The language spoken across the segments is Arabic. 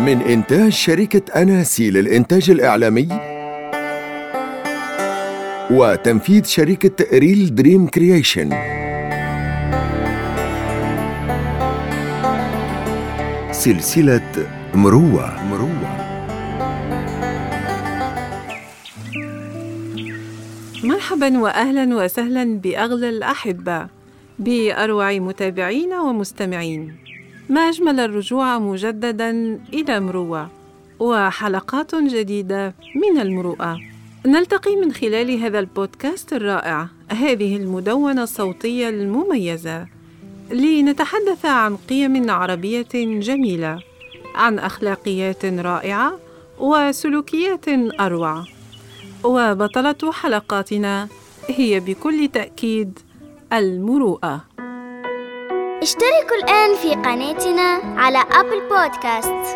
من إنتاج شركة أناسي للإنتاج الإعلامي وتنفيذ شركة ريل دريم كرييشن. سلسلة مروة. مرحبا وأهلا وسهلا بأغلى الأحبة، بأروع متابعين ومستمعين. ما أجمل الرجوع مجددا إلى مروة وحلقات جديدة من المروءة. نلتقي من خلال هذا البودكاست الرائع، هذه المدونة الصوتية المميزة، لنتحدث عن قيم عربية جميلة، عن أخلاقيات رائعة وسلوكيات أروع. وبطلة حلقاتنا هي بكل تأكيد المروءة. اشتركوا الآن في قناتنا على أبل بودكاست.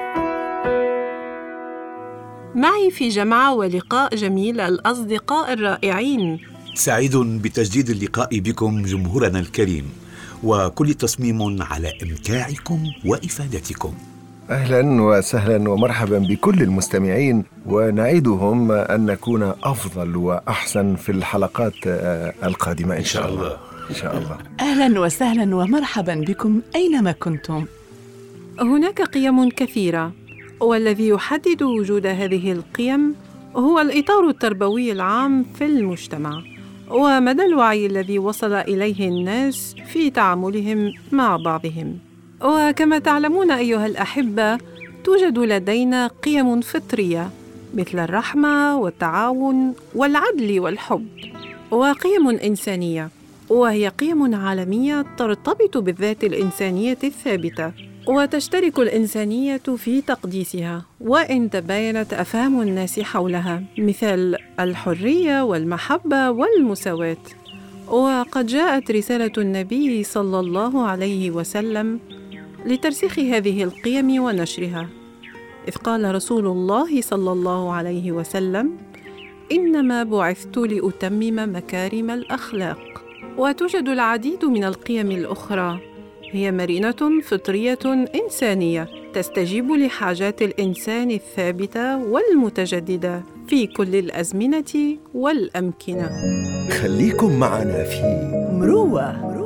معي في جمعة ولقاء جميل الأصدقاء الرائعين. سعيد بتجديد اللقاء بكم جمهورنا الكريم، وكل تصميم على إمتاعكم وإفادتكم. أهلا وسهلا ومرحبا بكل المستمعين، ونعيدهم أن نكون أفضل وأحسن في الحلقات القادمة إن شاء الله. أهلا وسهلا ومرحبا بكم أينما كنتم. هناك قيم كثيرة، والذي يحدد وجود هذه القيم هو الإطار التربوي العام في المجتمع، ومدى الوعي الذي وصل إليه الناس في تعاملهم مع بعضهم. وكما تعلمون أيها الأحبة، توجد لدينا قيم فطرية مثل الرحمة والتعاون والعدل والحب، وقيم إنسانية، وهي قيم عالمية ترتبط بالذات الإنسانية الثابتة، وتشترك الإنسانية في تقديسها وإن تباينت أفهام الناس حولها، مثل الحرية والمحبة والمساواة. وقد جاءت رسالة النبي صلى الله عليه وسلم لترسيخ هذه القيم ونشرها، إذ قال رسول الله صلى الله عليه وسلم: إنما بعثت لأتمم مكارم الأخلاق. وتوجد العديد من القيم الأخرى، هي مرنة فطرية إنسانية تستجيب لحاجات الإنسان الثابتة والمتجددة في كل الأزمنة والأمكنة. خليكم معنا في مروة.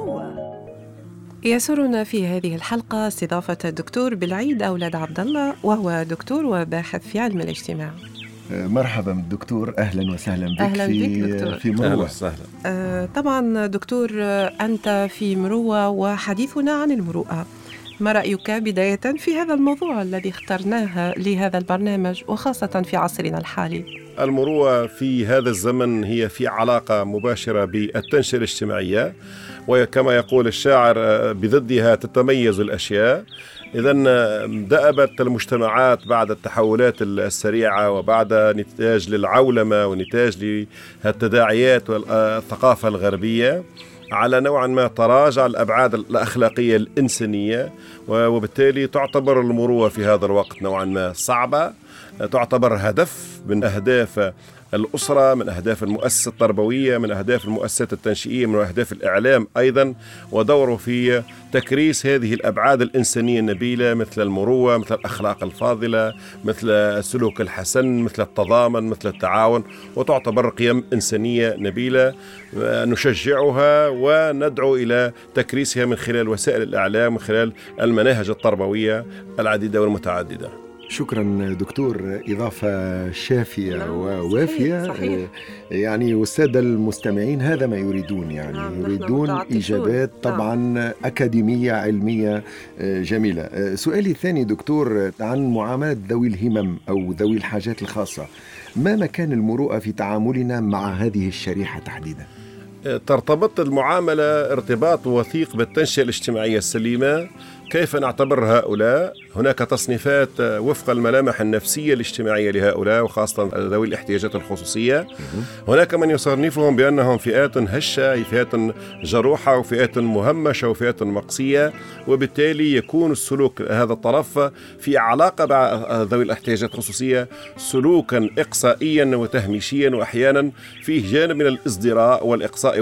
يسرنا في هذه الحلقة استضافة الدكتور بالعيد أولاد عبد الله، وهو دكتور وباحث في علم الاجتماع. مرحبا دكتور، أهلا وسهلا بك. أهلا بك دكتور. في مروة. أهلا وسهلا. طبعا دكتور، أنت في مروة وحديثنا عن المروءة. ما رأيك بداية في هذا الموضوع الذي اخترناه لهذا البرنامج، وخاصة في عصرنا الحالي؟ المروءة في هذا الزمن هي في علاقة مباشرة بالتنشئة الاجتماعية، وكما يقول الشاعر: بضدها تتميز الأشياء. إذن دأبت المجتمعات بعد التحولات السريعة، وبعد نتاج للعولمة ونتاج للتداعيات والثقافة الغربية، على نوعا ما تراجع الأبعاد الأخلاقية الإنسانية، وبالتالي تعتبر المروءة في هذا الوقت نوعا ما صعبة، تعتبر هدف من أهداف الأسرة، من أهداف المؤسسة التربوية، من أهداف المؤسسات التنشئية، من أهداف الإعلام أيضا، ودوره في تكريس هذه الأبعاد الإنسانية النبيلة، مثل المروءة، مثل الأخلاق الفاضلة، مثل السلوك الحسن، مثل التضامن، مثل التعاون، وتعتبر قيم إنسانية نبيلة نشجعها وندعو إلى تكريسها من خلال وسائل الإعلام، من خلال المناهج التربوية العديدة والمتعددة. شكرا دكتور، إضافة شافية ووافية. صحيح. يعني والسادة المستمعين هذا ما يريدون، يعني يريدون إجابات طبعا أكاديمية علمية جميلة. سؤالي الثاني دكتور عن معاملة ذوي الهمم أو ذوي الحاجات الخاصة، ما مكان المروءة في تعاملنا مع هذه الشريحة تحديدا؟ ترتبط المعاملة ارتباط وثيق بالتنشئة الاجتماعية السليمة. كيف نعتبر هؤلاء؟ هناك تصنيفات وفق الملامح النفسية الاجتماعية لهؤلاء، وخاصة ذوي الاحتياجات الخصوصية. هناك من يصنفهم بأنهم فئات هشة، فئات جروحة، وفئات مهمشة، وفئات مقصية، وبالتالي يكون السلوك هذا الطرف في علاقة مع ذوي الاحتياجات الخصوصية سلوكا إقصائيا وتهميشيا، وأحيانا فيه جانب من الازدراء والإقصاء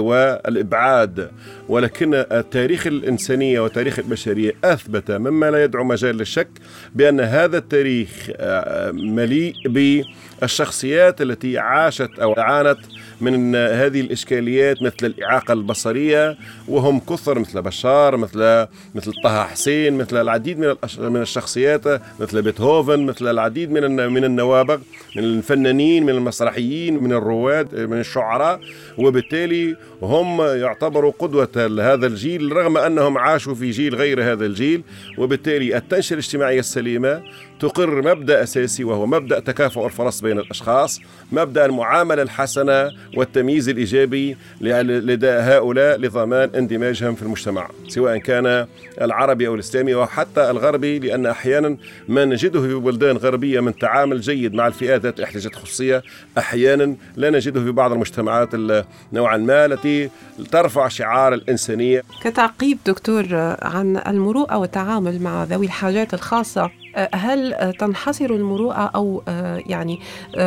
والإبعاد. ولكن التاريخ الإنسانية وتاريخ البشرية أثبت، مما لا يدعو مجال للشك، شك بأن هذا التاريخ مليء بالشخصيات التي عاشت أو عانت من هذه الإشكاليات، مثل الإعاقة البصرية، وهم كثر، مثل بشار، مثل طه حسين، مثل العديد من الشخصيات، مثل بيتهوفن، مثل العديد من النوابغ، من الفنانين، من المسرحيين، من الرواد، من الشعراء. وبالتالي هم يعتبروا قدوة هذا الجيل رغم أنهم عاشوا في جيل غير هذا الجيل. وبالتالي التنشئة الاجتماعية السليمة تقر مبدأ أساسي، وهو مبدأ تكافؤ الفرص بين الأشخاص، مبدأ المعاملة الحسنة والتمييز الإيجابي لدى هؤلاء لضمان اندماجهم في المجتمع، سواء كان العربي أو الإسلامي وحتى الغربي، لأن أحيانا ما نجده في بلدان غربية من تعامل جيد مع الفئات ذات الاحتياجات الخصوصية أحيانا لا نجده في بعض المجتمعات نوعا ما التي ترفع شعار الإنسانية. كتعقيب دكتور عن المروءة والتعامل مع ذوي الحاجات الخاصة، هل تنحصر المروءة أو يعني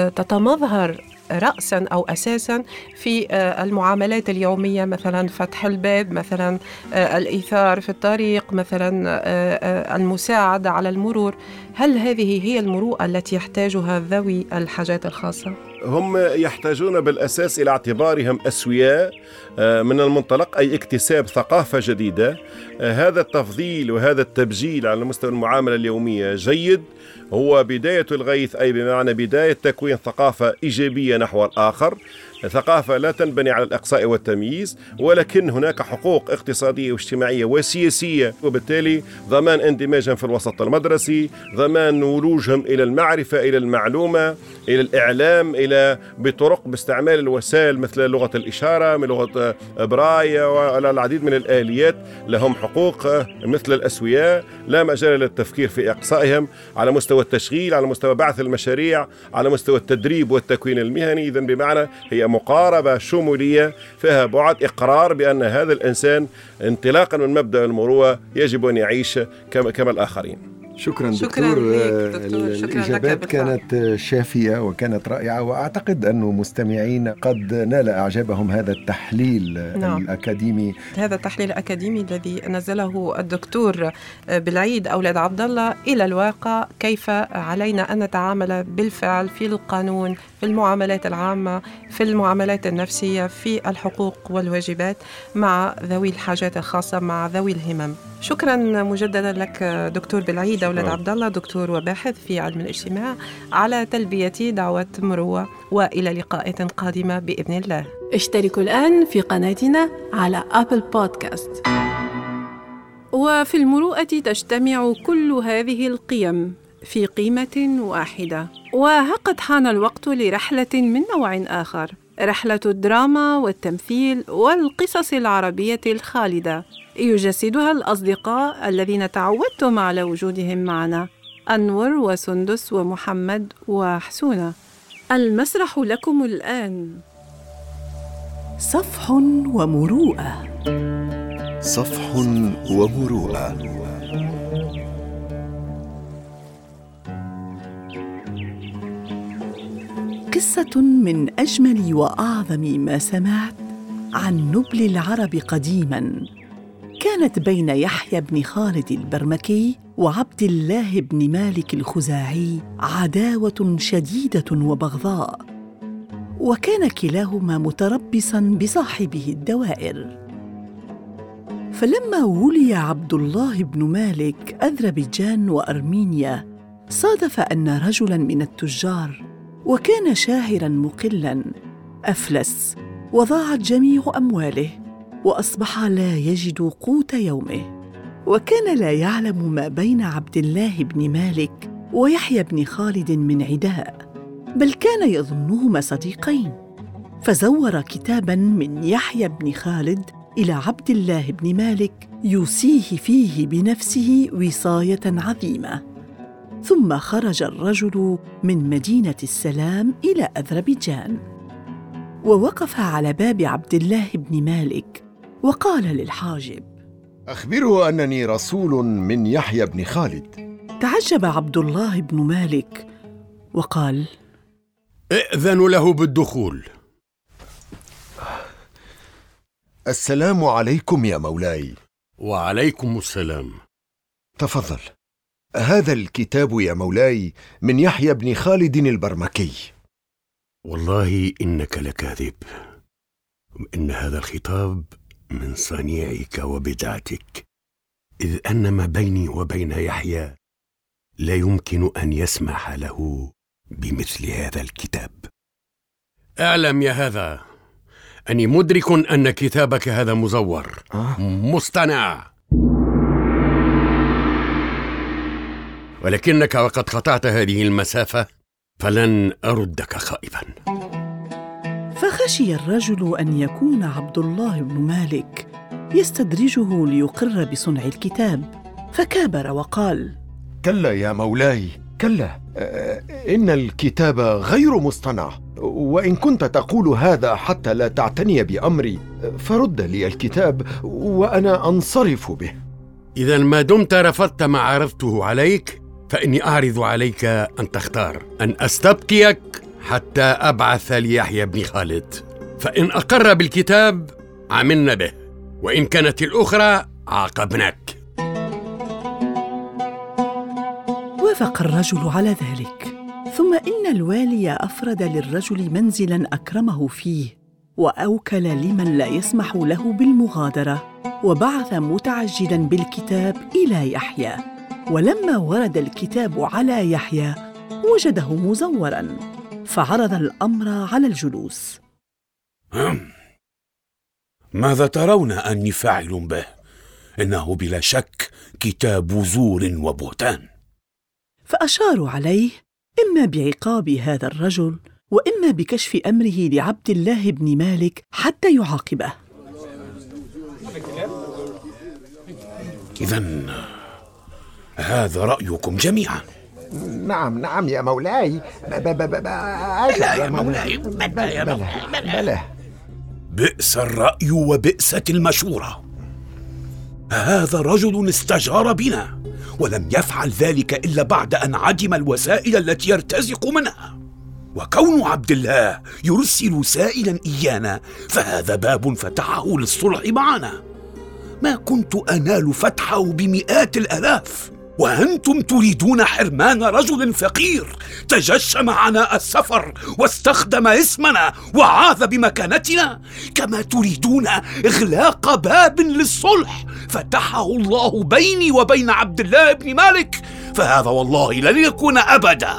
تتمظهر رأسا أو أساسا في المعاملات اليومية، مثلا فتح الباب، مثلا الإيثار في الطريق، مثلا المساعدة على المرور؟ هل هذه هي المروءة التي يحتاجها ذوي الحاجات الخاصة؟ هم يحتاجون بالأساس إلى اعتبارهم أسوياء من المنطلق أي اكتساب ثقافة جديدة. هذا التفضيل وهذا التبجيل على مستوى المعاملة اليومية جيد، هو بداية الغيث، أي بمعنى بداية تكوين ثقافة إيجابية نحو الآخر، ثقافة لا تنبني على الإقصاء والتمييز، ولكن هناك حقوق اقتصادية واجتماعية وسياسية، وبالتالي ضمان اندماجهم في الوسط المدرسي، ضمان ولوجهم إلى المعرفة، إلى المعلومة، إلى الإعلام، إلى بطرق باستعمال الوسائل مثل لغة الإشارة، من لغة براي والعديد من الآليات. لهم حقوق مثل الأسوياء، لا مجال للتفكير في إقصائهم على مستوى التشغيل، على مستوى بعث المشاريع، على مستوى التدريب والتكوين المهني. إذن بمعنى هي مقاربة شمولية فيها بعد إقرار بأن هذا الإنسان انطلاقا من مبدأ المروءة يجب أن يعيش كما الآخرين. شكرا دكتور. الإجابات كانت شافية وكانت رائعة، وأعتقد أن مستمعين قد نال أعجابهم هذا التحليل الأكاديمي. هذا التحليل الأكاديمي الذي نزله الدكتور بالعيد أولاد عبد الله إلى الواقع، كيف علينا أن نتعامل بالفعل في القانون، في المعاملات العامة، في المعاملات النفسية، في الحقوق والواجبات مع ذوي الحاجات الخاصة، مع ذوي الهمم. شكرا مجددا لك دكتور بالعيد أولاد عبد الله، دكتور وباحث في علم الاجتماع، على تلبية دعوة مروة، وإلى لقاءات قادمة بإذن الله. اشتركوا الآن في قناتنا على أبل بودكاست. وفي المروءة تجتمع كل هذه القيم في قيمة واحدة، وقد حان الوقت لرحلة من نوع آخر، رحلة الدراما والتمثيل والقصص العربية الخالدة، يجسدها الأصدقاء الذين تعودتم على وجودهم معنا، أنور وسندس ومحمد وحسونة. المسرح لكم الآن. صفح ومروءة. صفح ومروءة. قصة من أجمل وأعظم ما سمعت عن نبل العرب قديماً، كانت بين يحيى بن خالد البرمكي وعبد الله بن مالك الخزاعي عداوة شديدة وبغضاء، وكان كلاهما متربصاً بصاحبه الدوائر. فلما ولي عبد الله بن مالك أذربيجان وأرمينيا، صادف أن رجلاً من التجار، وكان شاهراً مقلاً، أفلس وضاعت جميع أمواله، وأصبح لا يجد قوت يومه. وكان لا يعلم ما بين عبد الله بن مالك ويحيى بن خالد من عداء، بل كان يظنهما صديقين. فزور كتاباً من يحيى بن خالد إلى عبد الله بن مالك يوصيه فيه بنفسه وصاية عظيمة. ثم خرج الرجل من مدينة السلام إلى أذربيجان، ووقف على باب عبد الله بن مالك وقال للحاجب: أخبره أنني رسول من يحيى بن خالد. تعجب عبد الله بن مالك وقال: ائذن له بالدخول. السلام عليكم يا مولاي. وعليكم السلام. تفضل. هذا الكتاب يا مولاي من يحيى بن خالد البرمكي. والله إنك لكاذب، إن هذا الخطاب من صنيعك وبدعتك، إذ أن ما بيني وبين يحيى لا يمكن أن يسمح له بمثل هذا الكتاب. اعلم يا هذا أني مدرك أن كتابك هذا مزور مصطنع، ولكنك وقد قطعت هذه المسافة فلن أردك خائبا. فخشي الرجل أن يكون عبد الله بن مالك يستدرجه ليقر بصنع الكتاب، فكابر وقال: كلا يا مولاي، كلا، إن الكتاب غير مصطنع، وإن كنت تقول هذا حتى لا تعتني بأمري فرد لي الكتاب وأنا أنصرف به. إذن ما دمت رفضت ما عرضته عليك فإني أعرض عليك أن تختار أن أستبقيك حتى أبعث ليحيى بن خالد، فإن أقر بالكتاب عملنا به، وإن كانت الأخرى عاقبناك. وافق الرجل على ذلك، ثم إن الوالي أفرد للرجل منزلاً أكرمه فيه، وأوكل لمن لا يسمح له بالمغادرة، وبعث متعجلاً بالكتاب إلى يحيى. ولما ورد الكتاب على يحيى وجده مزوراً، فعرض الأمر على الجلوس. ماذا ترون أني فاعل به؟ إنه بلا شك كتاب زور وبهتان. فأشاروا عليه إما بعقاب هذا الرجل وإما بكشف أمره لعبد الله بن مالك حتى يعاقبه. إذن هذا رأيكم جميعا؟ نعم يا مولاي. لا يا مولاي، بلى. بئس الرأي وبئست المشورة. هذا رجل استجار بنا ولم يفعل ذلك إلا بعد أن عدم الوسائل التي يرتزق منها، وكون عبد الله يرسل سائلا إيانا فهذا باب فتحه للصلح معنا. ما كنت أنال فتحه بمئات الآلاف، وأنتم تريدون حرمان رجل فقير تجشم عناء السفر واستخدم اسمنا وعاذ بمكانتنا، كما تريدون إغلاق باب للصلح فتحه الله بيني وبين عبد الله بن مالك، فهذا والله لن يكون أبدا.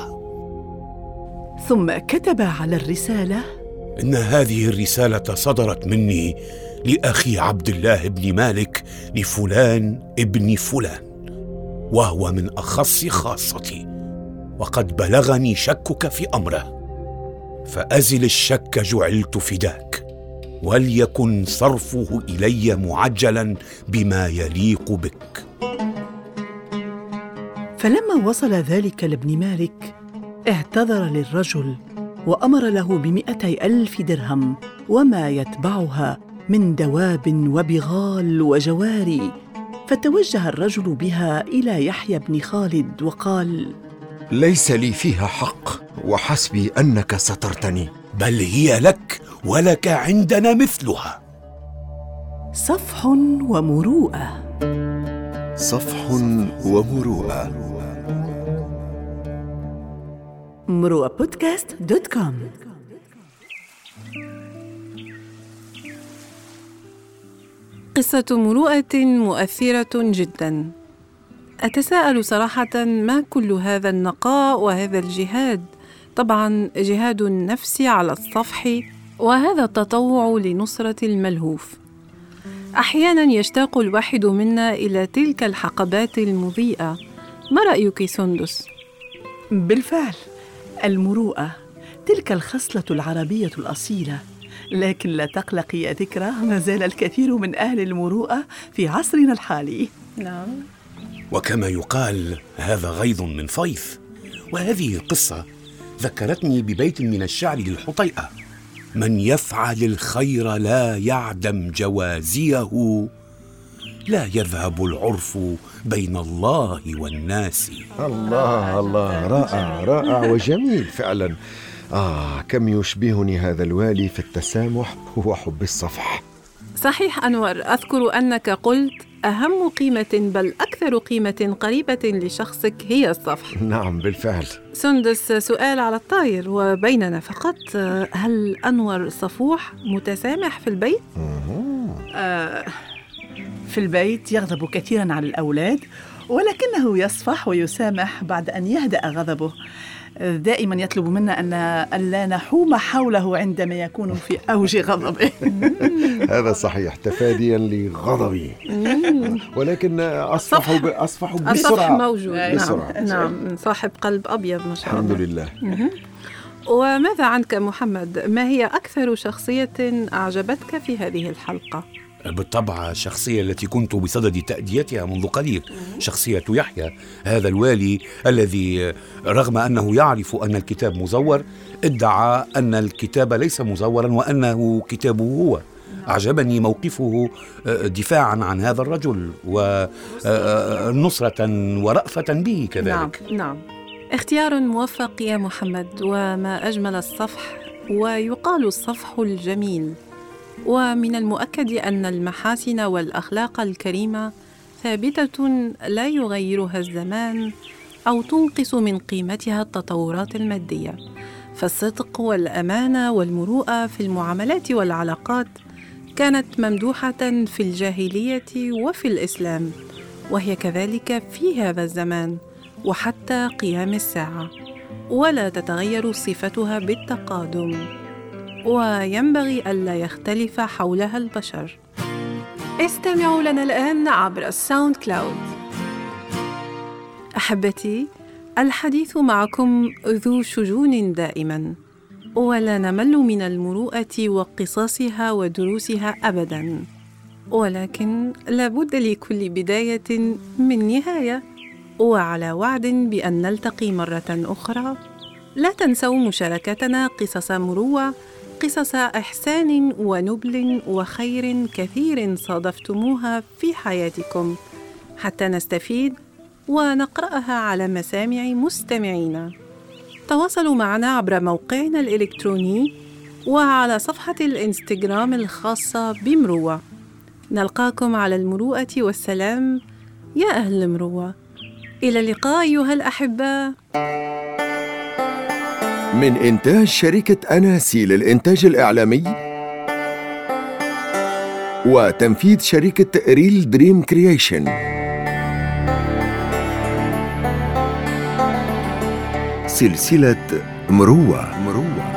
ثم كتب على الرسالة: إن هذه الرسالة صدرت مني لأخي عبد الله بن مالك لفلان ابن فلان، وهو من أخص خاصتي، وقد بلغني شكك في أمره، فأزل الشك جعلت فداك، وليكن صرفه إلي معجلا بما يليق بك. فلما وصل ذلك لابن مالك اعتذر للرجل وأمر له ب200,000 درهم وما يتبعها من دواب وبغال وجواري، فتوجه الرجل بها إلى يحيى بن خالد وقال: ليس لي فيها حق، وحسبي أنك سترتني. بل هي لك ولك عندنا مثلها. صفح ومروءة. صفح ومروءة. مروءبودكاست.com. قصة مروءة مؤثرة جدا. أتساءل صراحة، ما كل هذا النقاء وهذا الجهاد؟ طبعا جهاد النفس على الصفح، وهذا التطوع لنصرة الملهوف. أحيانا يشتاق الواحد منا إلى تلك الحقبات المضيئة. ما رأيك سندس؟ بالفعل، المروءة تلك الخصلة العربية الأصيلة، لكن لا تقلق يا ذكرى، ما زال الكثير من أهل المروءة في عصرنا الحالي. نعم. وكما يقال هذا غيظ من فيض. وهذه القصة ذكرتني ببيت من الشعر للحطيئة: من يفعل الخير لا يعدم جوازيه، لا يذهب العرف بين الله والناس. الله، رائع وجميل فعلا. كم يشبهني هذا الوالي في التسامح وحب الصفح. صحيح أنور، أذكر أنك قلت: أهم قيمة بل أكثر قيمة قريبة لشخصك هي الصفح. نعم بالفعل. سندس، سؤال على الطاير وبيننا فقط، هل أنور صفوح متسامح في البيت؟ في البيت يغضب كثيراً على الأولاد، ولكنه يصفح ويسامح بعد أن يهدأ غضبه. دائما يطلب منا أن لا نحوم حوله عندما يكون في أوج غضبه. هذا صحيح، تفاديا لغضبي. ولكن أصفح بسرعة. الصفح موجود. بسرعة. نعم، صاحب قلب أبيض ما شاء الله. الحمد لله. وماذا عنك محمد؟ ما هي أكثر شخصية أعجبتك في هذه الحلقة؟ بالطبع الشخصية التي كنت بصدد تأديتها منذ قليل، شخصية يحيى، هذا الوالي الذي رغم أنه يعرف أن الكتاب مزور ادعى أن الكتاب ليس مزورا وأنه كتابه هو. أعجبني موقفه دفاعا عن هذا الرجل ونصرة ورأفة به كذلك. نعم. اختيار موفق يا محمد، وما أجمل الصفح، ويقال الصفح الجميل. ومن المؤكد أن المحاسن والأخلاق الكريمة ثابتة لا يغيرها الزمان أو تنقص من قيمتها التطورات المادية، فالصدق والأمانة والمروءة في المعاملات والعلاقات كانت ممدوحة في الجاهلية وفي الإسلام، وهي كذلك في هذا الزمان وحتى قيام الساعة، ولا تتغير صفتها بالتقادم، وينبغي ألا يختلف حولها البشر. استمعوا لنا الآن عبر الساوند كلاود. أحبتي، الحديث معكم ذو شجون دائما، ولا نمل من المروءة وقصصها ودروسها أبدا، ولكن لابد لكل بداية من نهاية. وعلى وعد بأن نلتقي مرة أخرى. لا تنسوا مشاركتنا قصص مروة، قصص إحسان ونبل وخير كثير صادفتموها في حياتكم، حتى نستفيد ونقرأها على مسامع مستمعينا. تواصلوا معنا عبر موقعنا الإلكتروني وعلى صفحة الإنستغرام الخاصة بمروة. نلقاكم على المروءة والسلام يا أهل مروة. إلى اللقاء أيها الأحباء. من إنتاج شركة أناسي للإنتاج الإعلامي وتنفيذ شركة ريل دريم كرييشن. سلسلة مروة.